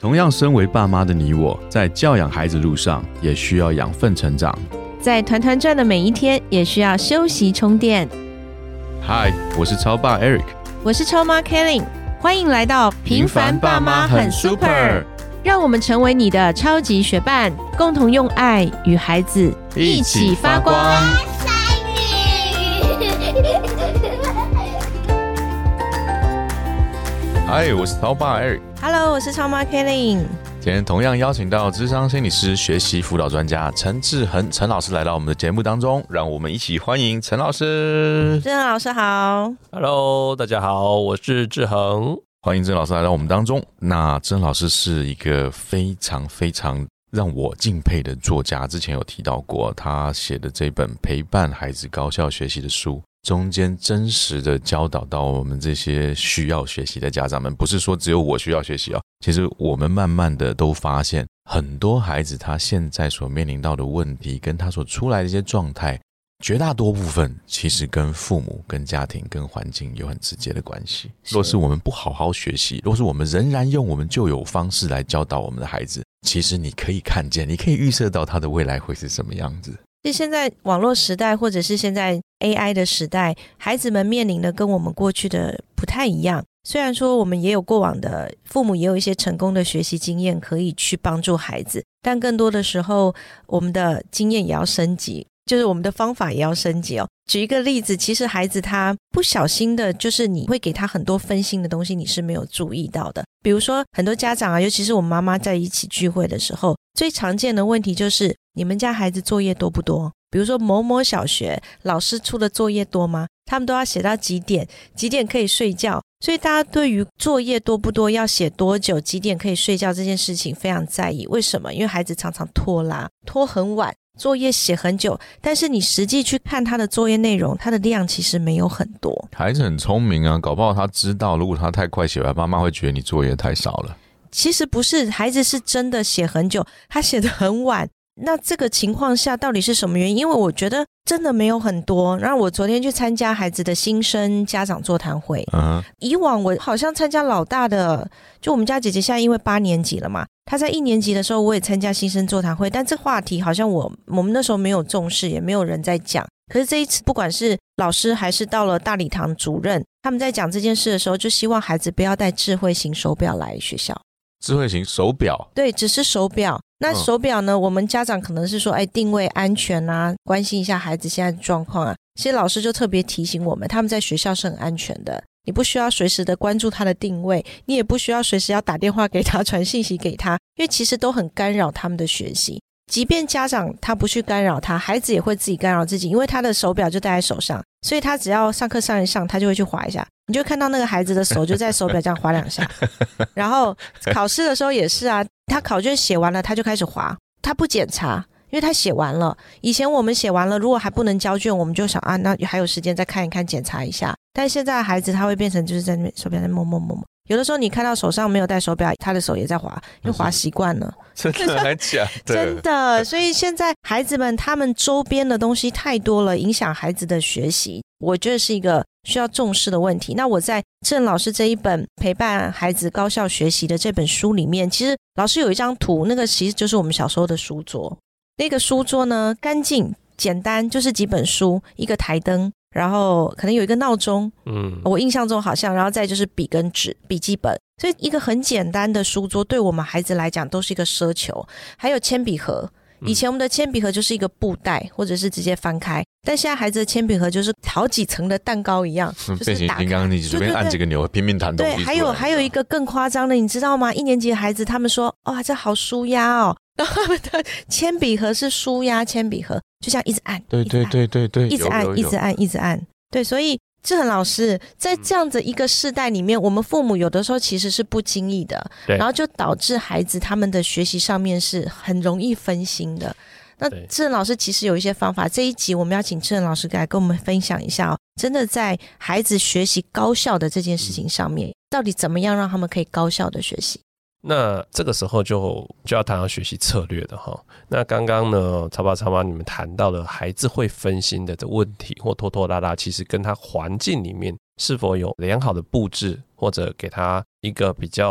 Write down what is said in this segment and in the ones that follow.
同样身为爸妈的你我，在教养孩子路上也需要养分成长。 在团团转的每一天，也需要休息充电。 嗨，我是超爸 Eric， 我是超妈 Kelly， 欢迎来到平凡爸妈很 super， 让我们成为你的超级学伴，共同用爱与孩子一起发光。 嗨，我是超爸 Eric。Hello， 我是超妈 Kelly。 今天同样邀请到諮商心理师、学习辅导专家陈志恒陈老师来到我们的节目当中，让我们一起欢迎陈老师。 志恒老师好。 Hello， 大家好，我是志恒。 欢迎郑老师来到我们当中。那郑老师是一个非常让我敬佩的作家，之前有提到过，他写的这本陪伴孩子高效学习的书，中间真实的教导到我们这些需要学习的家长们，不是说只有我需要学习哦，其实我们慢慢的都发现，很多孩子他现在所面临到的问题，跟他所出来的一些状态，绝大多部分其实跟父母、跟家庭、跟环境有很直接的关系。若是我们不好好学习，若是我们仍然用我们旧有方式来教导我们的孩子，其实你可以看见，你可以预测到他的未来会是什么样子。 是现在网络时代，或者是现在 AI 的时代，孩子们面临的跟我们过去的不太一样。虽然说我们也有过往的父母也有一些成功的学习经验可以去帮助孩子，但更多的时候我们的经验也要升级，就是我们的方法也要升级哦。举一个例子，其实孩子他不小心的，就是你会给他很多分心的东西，你是没有注意到的。比如说很多家长啊，尤其是我妈妈在一起聚会的时候，最常见的问题就是你们家孩子作业多不多？比如说某某小学老师出的作业多吗？他们都要写到几点可以睡觉，所以大家对于作业多不多，要写多久，几点可以睡觉这件事情非常在意。为什么？因为孩子常常拖拉，拖很晚，作业写很久，但是你实际去看他的作业内容，他的量其实没有很多。 孩子很聪明啊，搞不好他知道如果他太快写完，妈妈会觉得你作业太少了。 其实不是，孩子是真的写很久，他写得很晚。那这个情况下到底是什么原因？因为我觉得真的没有很多。然后我昨天去参加孩子的新生家长座谈会，以往我好像参加老大的，就我们家姐姐现在因为8年级了嘛，她在1年级的时候我也参加新生座谈会，但这话题好像我们那时候没有重视，也没有人在讲。可是这一次不管是老师还是到了大礼堂主任，他们在讲这件事的时候，就希望孩子不要带智慧型手表来学校。 智慧型手表？对， 只是手表。那手表呢，我们家长可能是说定位安全啊，关心一下孩子现在的状况啊。其实老师就特别提醒我们，他们在学校是很安全的，你不需要随时的关注他的定位，你也不需要随时要打电话给他，传信息给他，因为其实都很干扰他们的学习。即便家长他不去干扰他，孩子也会自己干扰自己，因为他的手表就戴在手上，所以他只要上课上一上，他就会去滑一下，你就看到那个孩子的手就在手表这样滑2下。然后考试的时候也是啊，他考卷写完了他就开始滑，他不检查，因为他写完了。以前我们写完了如果还不能交卷，我们就想那还有时间再看一看检查一下，但现在的孩子他会变成就是在那边手表在摸，有的时候你看到手上没有戴手表，他的手也在滑，因为滑习惯了。 真的还假的？ 真的。所以现在孩子们他们周边的东西太多了，影响孩子的学习，我觉得是一个需要重视的问题。那我在郑老师这一本陪伴孩子高效学习的这本书里面，其实老师有一张图，那个其实就是我们小时候的书桌。那个书桌呢，干净简单，就是几本书，一个台灯，然后可能有一个闹钟，我印象中好像，然后再就是笔跟纸笔记本，所以一个很简单的书桌对我们孩子来讲都是一个奢求。还有铅笔盒，以前我们的铅笔盒就是一个布袋或者是直接翻开，但现在孩子的铅笔盒就是好几层的蛋糕一样， 变形金刚，你随便按几个钮拼命弹东西。 对，还有一个更夸张的，你知道吗？1年级的孩子他们说这好舒压哦，然后他们的铅笔盒是舒压铅笔盒，就这样一直按， 对， 一直按。对，所以志恒老师在这样的一个世代里面，我们父母有的时候其实是不经意的，然后就导致孩子他们的学习上面是很容易分心的。那志恒老师其实有一些方法，这一集我们要请志恒老师来跟我们分享一下真的在孩子学习高效的这件事情上面，到底怎么样让他们可以高效的学习。 那这个时候就要谈到学习策略的哈。那刚刚呢，超爸你们谈到了孩子会分心的问题或拖拖拉拉，其实跟他环境里面是否有良好的布置，或者给他一个比较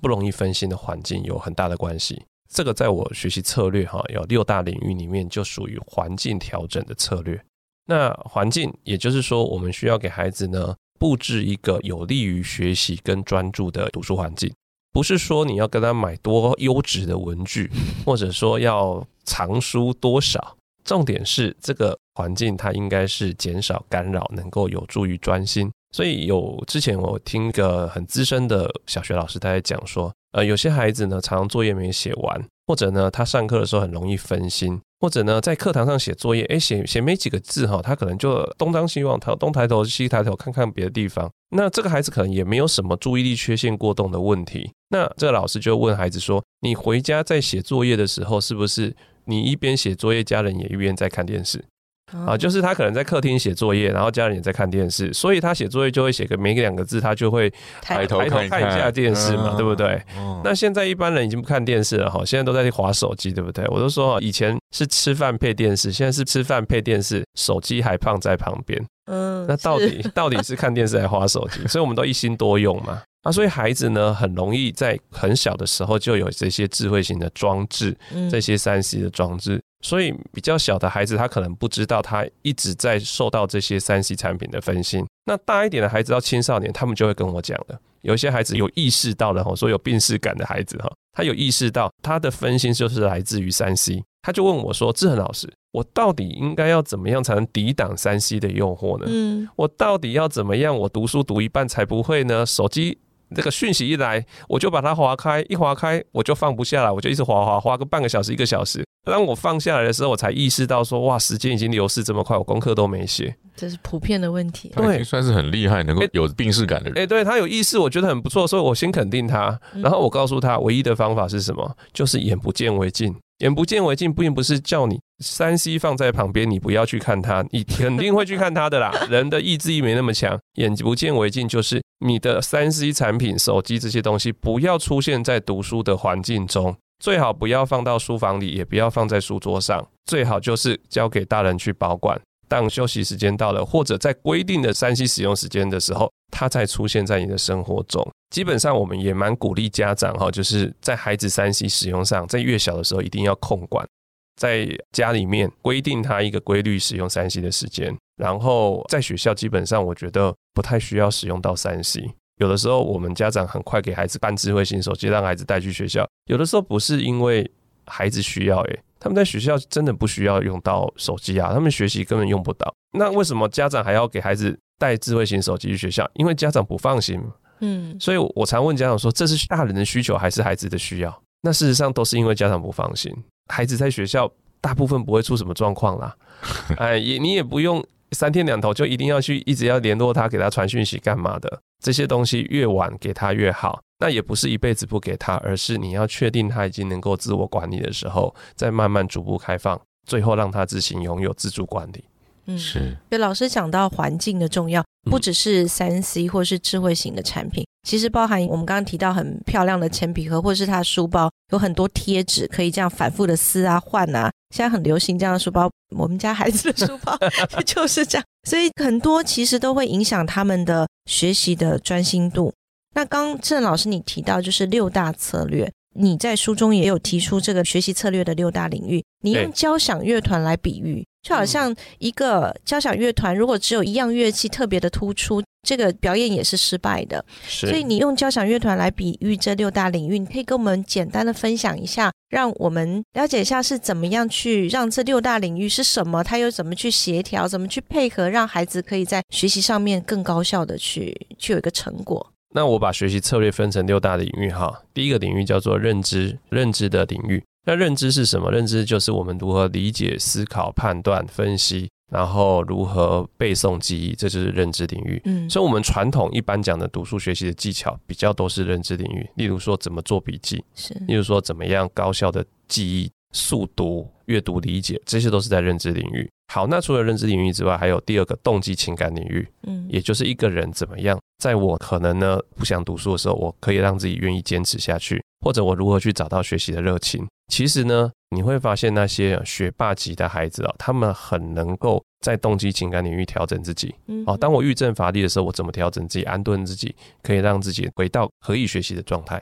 不容易分心的环境有很大的关系。这个在我学习策略有6大领域里面就属于环境调整的策略。那环境也就是说我们需要给孩子呢布置一个有利于学习跟专注的读书环境，不是说你要跟他买多优质的文具，或者说要藏书多少，重点是这个环境它应该是减少干扰，能够有助于专心。所以之前我听一个很资深的小学老师他在讲说，有些孩子呢常常作业没写完，或者呢他上课的时候很容易分心，或者呢在课堂上写作业写没几个字他可能就东张西望，东抬头西抬头看看别的地方。那这个孩子可能也没有什么注意力缺陷过动的问题。那这个老师就问孩子说，你回家在写作业的时候，是不是你一边写作业，家人也一边在看电视？就是他可能在客厅写作业，然后家人也在看电视，所以他写作业就会写个没2个字，他就会抬头看一下电视嘛，对不对？那现在一般人已经不看电视了，现在都在滑手机，对不对？我都说以前是吃饭配电视，现在是吃饭配电视，手机还放在旁边。那到底是看电视还是滑手机？所以我们都一心多用嘛。所以孩子呢很容易在很小的时候就有这些智慧型的装置，这些 3C 的装置。所以比较小的孩子他可能不知道他一直在受到这些 3C 产品的分心。那大一点的孩子到青少年，他们就会跟我讲了，有一些孩子有意识到了，说有病识感的孩子他有意识到他的分心就是来自于 3C。 他就问我说，志恒老师，我到底应该要怎么样才能抵挡 3C 的诱惑呢？我到底要怎么样我读书读一半才不会呢手机这个讯息一来我就把它划开，一划开我就放不下来，我就一直划个半个小时1个小时，当我放下来的时候我才意识到说，哇，时间已经流逝这么快，我功课都没写。 这是普遍的问题。 他已经算是很厉害能够有病识感的人。 对，他有意识，我觉得很不错，所以我先肯定他，然后我告诉他唯一的方法是什么，就是眼不见为净。眼不见为净并不是叫你 3C 放在旁边你不要去看它，你肯定会去看它的啦人的意志力没那么强。眼不见为净就是你的 3C 产品手机这些东西不要出现在读书的环境中，最好不要放到书房里，也不要放在书桌上，最好就是交给大人去保管。当休息时间到了，或者在规定的 3C 使用时间的时候，它才出现在你的生活中。基本上我们也蛮鼓励家长就是在孩子 3C 使用上，在越小的时候一定要控管，在家里面规定他一个规律使用 3C 的时间，然后在学校基本上我觉得不太需要使用到 3C。 有的时候我们家长很快给孩子办智慧型手机让孩子带去学校，有的时候不是因为孩子需要他们在学校真的不需要用到手机他们学习根本用不到。那为什么家长还要给孩子带智慧型手机去学校？因为家长不放心。所以我常问家长说，这是大人的需求还是孩子的需要？那事实上都是因为家长不放心。孩子在学校大部分不会出什么状况啦你也不用3天2头就一定要去一直要联络他，给他传讯息干嘛的，这些东西越晚给他越好。那也不是一辈子不给他，而是你要确定他已经能够自我管理的时候，再慢慢逐步开放，最后让他自行拥有自主管理。 是。 就老师讲到环境的重要，不只是 3C 或是智慧型的产品，其实包含我们刚刚提到很漂亮的铅笔盒，或者是他的书包有很多贴纸可以这样反复的撕换现在很流行这样的书包，我们家孩子的书包就是这样，所以很多其实都会影响他们的学习的专心度。那刚郑老师你提到就是6大策略，你在书中也有提出这个学习策略的6大领域，你用交响乐团来比喻，就好像一个交响乐团如果只有一样乐器特别的突出，这个表演也是失败的。所以你用交响乐团来比喻这6大领域，你可以跟我们简单的分享一下，让我们了解一下是怎么样去让这6大领域是什么，它又怎么去协调，怎么去配合，让孩子可以在学习上面更高效的去有一个成果。 那我把学习策略分成6大领域第一个领域叫做认知的领域。那认知是什么？认知就是我们如何理解、思考、判断、分析，然后如何背诵记忆，这就是认知领域。所以我们传统一般讲的读书学习的技巧比较都是认知领域，例如说怎么做笔记，例如说怎么样高效的记忆、速读、阅读理解，这些都是在认知领域。好，那除了认知领域之外，还有第2个动机情感领域，也就是一个人怎么样在我可能呢不想读书的时候，我可以让自己愿意坚持下去，或者我如何去找到学习的热情。其实呢你会发现那些学霸级的孩子他们很能够在动机情感领域调整自己。当我郁症乏力的时候，我怎么调整自己，安顿自己，可以让自己回到可以学习的状态。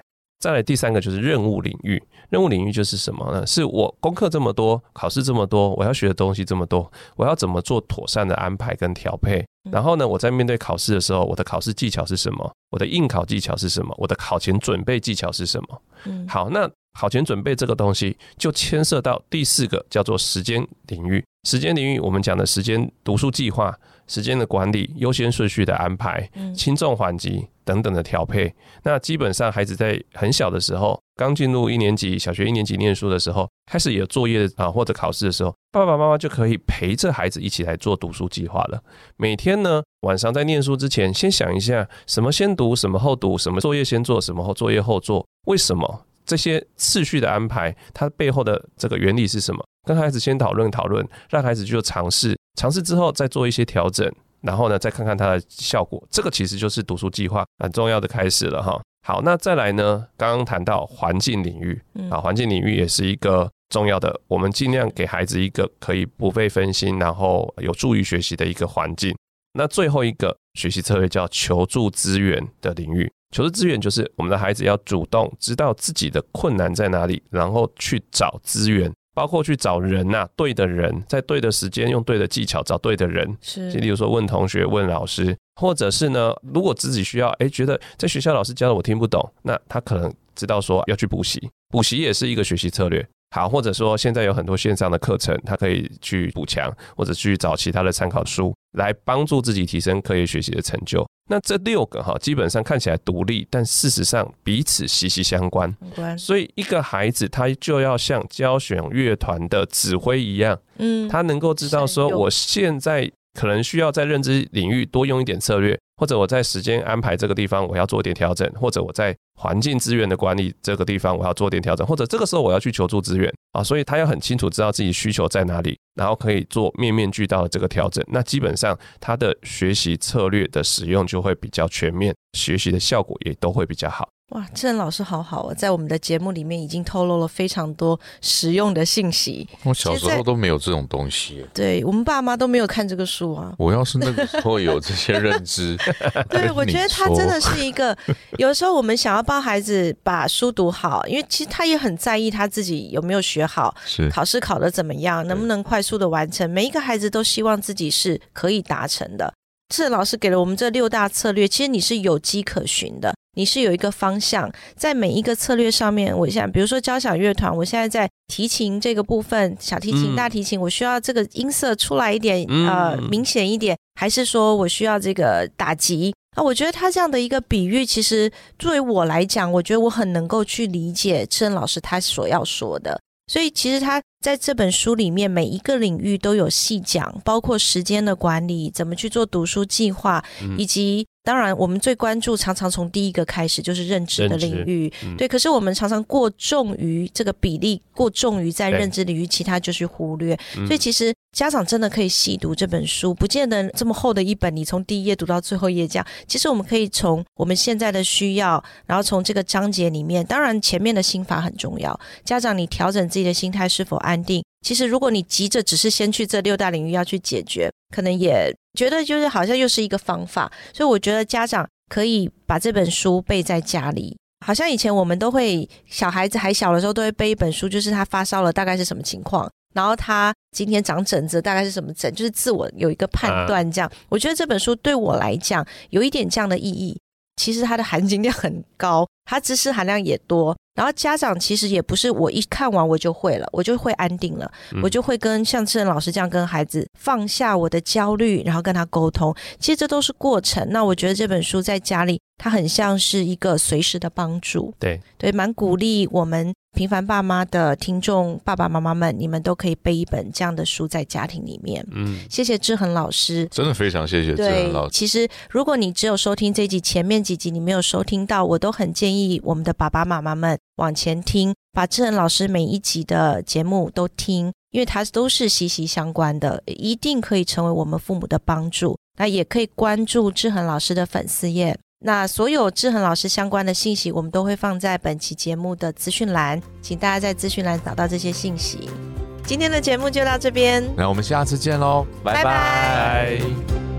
再来第3个就是任务领域，任务领域就是什么呢？是我功课这么多，考试这么多，我要学的东西这么多，我要怎么做妥善的安排跟调配？然后呢，我在面对考试的时候，我的考试技巧是什么？我的应考技巧是什么？我的考前准备技巧是什么？好，那考前准备这个东西就牵涉到第4个叫做时间领域。时间领域我们讲的时间读书计划、时间的管理、优先顺序的安排、轻重缓急等等的调配。那基本上孩子在很小的时候，刚进入1年级小学1年级念书的时候，开始有作业或者考试的时候，爸爸妈妈就可以陪着孩子一起来做读书计划了。每天呢，晚上在念书之前先想一下什么先读什么后读，什么作业先做什么作业后做，为什么这些次序的安排，它背后的这个原理是什么？跟孩子先讨论，让孩子就尝试之后再做一些调整，然后呢再看看它的效果。这个其实就是读书计划很重要的开始了哈。好，那再来呢，刚刚谈到环境领域，环境领域也是一个重要的，我们尽量给孩子一个可以不被分心，然后有助于学习的一个环境。那最后一个学习策略叫求助资源的领域。求助资源就是我们的孩子要主动知道自己的困难在哪里，然后去找资源，包括去找人对的人，在对的时间用对的技巧找对的人，例如说问同学、问老师，或者是呢，如果自己需要觉得在学校老师教的我听不懂，那他可能知道说要去补习，补习也是一个学习策略。好，或者说现在有很多线上的课程，他可以去补强，或者去找其他的参考书来帮助自己提升课业学习的成就。那这6个基本上看起来独立，但事实上彼此息息相关。所以一个孩子他就要像交响乐团的指挥一样，他能够知道说我现在可能需要在认知领域多用一点策略，或者我在时间安排这个地方我要做一点调整，或者我在环境资源的管理这个地方我要做点调整，或者这个时候我要去求助资源所以他要很清楚知道自己需求在哪里，然后可以做面面俱到的这个调整。那基本上他的学习策略的使用就会比较全面，学习的效果也都会比较好。 哇，志恒老师好好哦，在我们的节目里面已经透露了非常多实用的信息。 我小时候都没有这种东西， 对，我们爸妈都没有看这个书啊。 我要是那个时候有这些认知对，我觉得他真的是一个有的时候我们想要帮孩子把书读好，因为其实他也很在意他自己有没有学好，考试考得怎么样，能不能快速的完成，每一个孩子都希望自己是可以达成的。志恒老师给了我们这6大策略，其实你是有迹可循的，你是有一个方向，在每一个策略上面，我想比如说交响乐团，我现在在提琴这个部分，小提琴、大提琴，我需要这个音色出来一点明显一点，还是说我需要这个打击，我觉得他这样的一个比喻，其实作为我来讲，我觉得我很能够去理解志恒老师他所要说的。所以其实他在这本书里面每一个领域都有细讲，包括时间的管理，怎么去做读书计划，以及当然我们最关注常常从第一个开始就是认知的领域，对，可是我们常常过重于这个比例，过重于在认知领域，其他就是忽略。所以其实家长真的可以细读这本书，不见得这么厚的一本你从第一页读到最后一页这样，其实我们可以从我们现在的需要，然后从这个章节里面，当然前面的心法很重要，家长你调整自己的心态是否安定，其实如果你急着只是先去这6大领域要去解决，可能也觉得就是好像又是一个方法。所以我觉得家长可以把这本书背在家里，好像以前我们都会小孩子还小的时候都会背一本书，就是他发烧了大概是什么情况，然后他今天长疹子大概是什么疹，就是自我有一个判断这样。我觉得这本书对我来讲有一点这样的意义，其实它的含金量很高，它知识含量也多，然后家长其实也不是我一看完我就会了，我就会安定了，我就会跟像志恒老师这样跟孩子放下我的焦虑，然后跟他沟通，其实这都是过程。那我觉得这本书在家里它很像是一个随时的帮助，对，蛮鼓励我们平凡爸妈的听众爸爸妈妈们，你们都可以背一本这样的书在家庭里面。谢谢志恒老师， 真的非常谢谢志恒老师。 其实如果你只有收听这一集，前面几集你没有收听到，我都很建议我们的爸爸妈妈们往前听，把志恒老师每一集的节目都听，因为它都是息息相关的，一定可以成为我们父母的帮助。那也可以关注志恒老师的粉丝页，那所有志恒老师相关的信息我们都会放在本期节目的资讯栏，请大家在资讯栏找到这些信息。今天的节目就到这边， 那我们下次见咯，拜拜。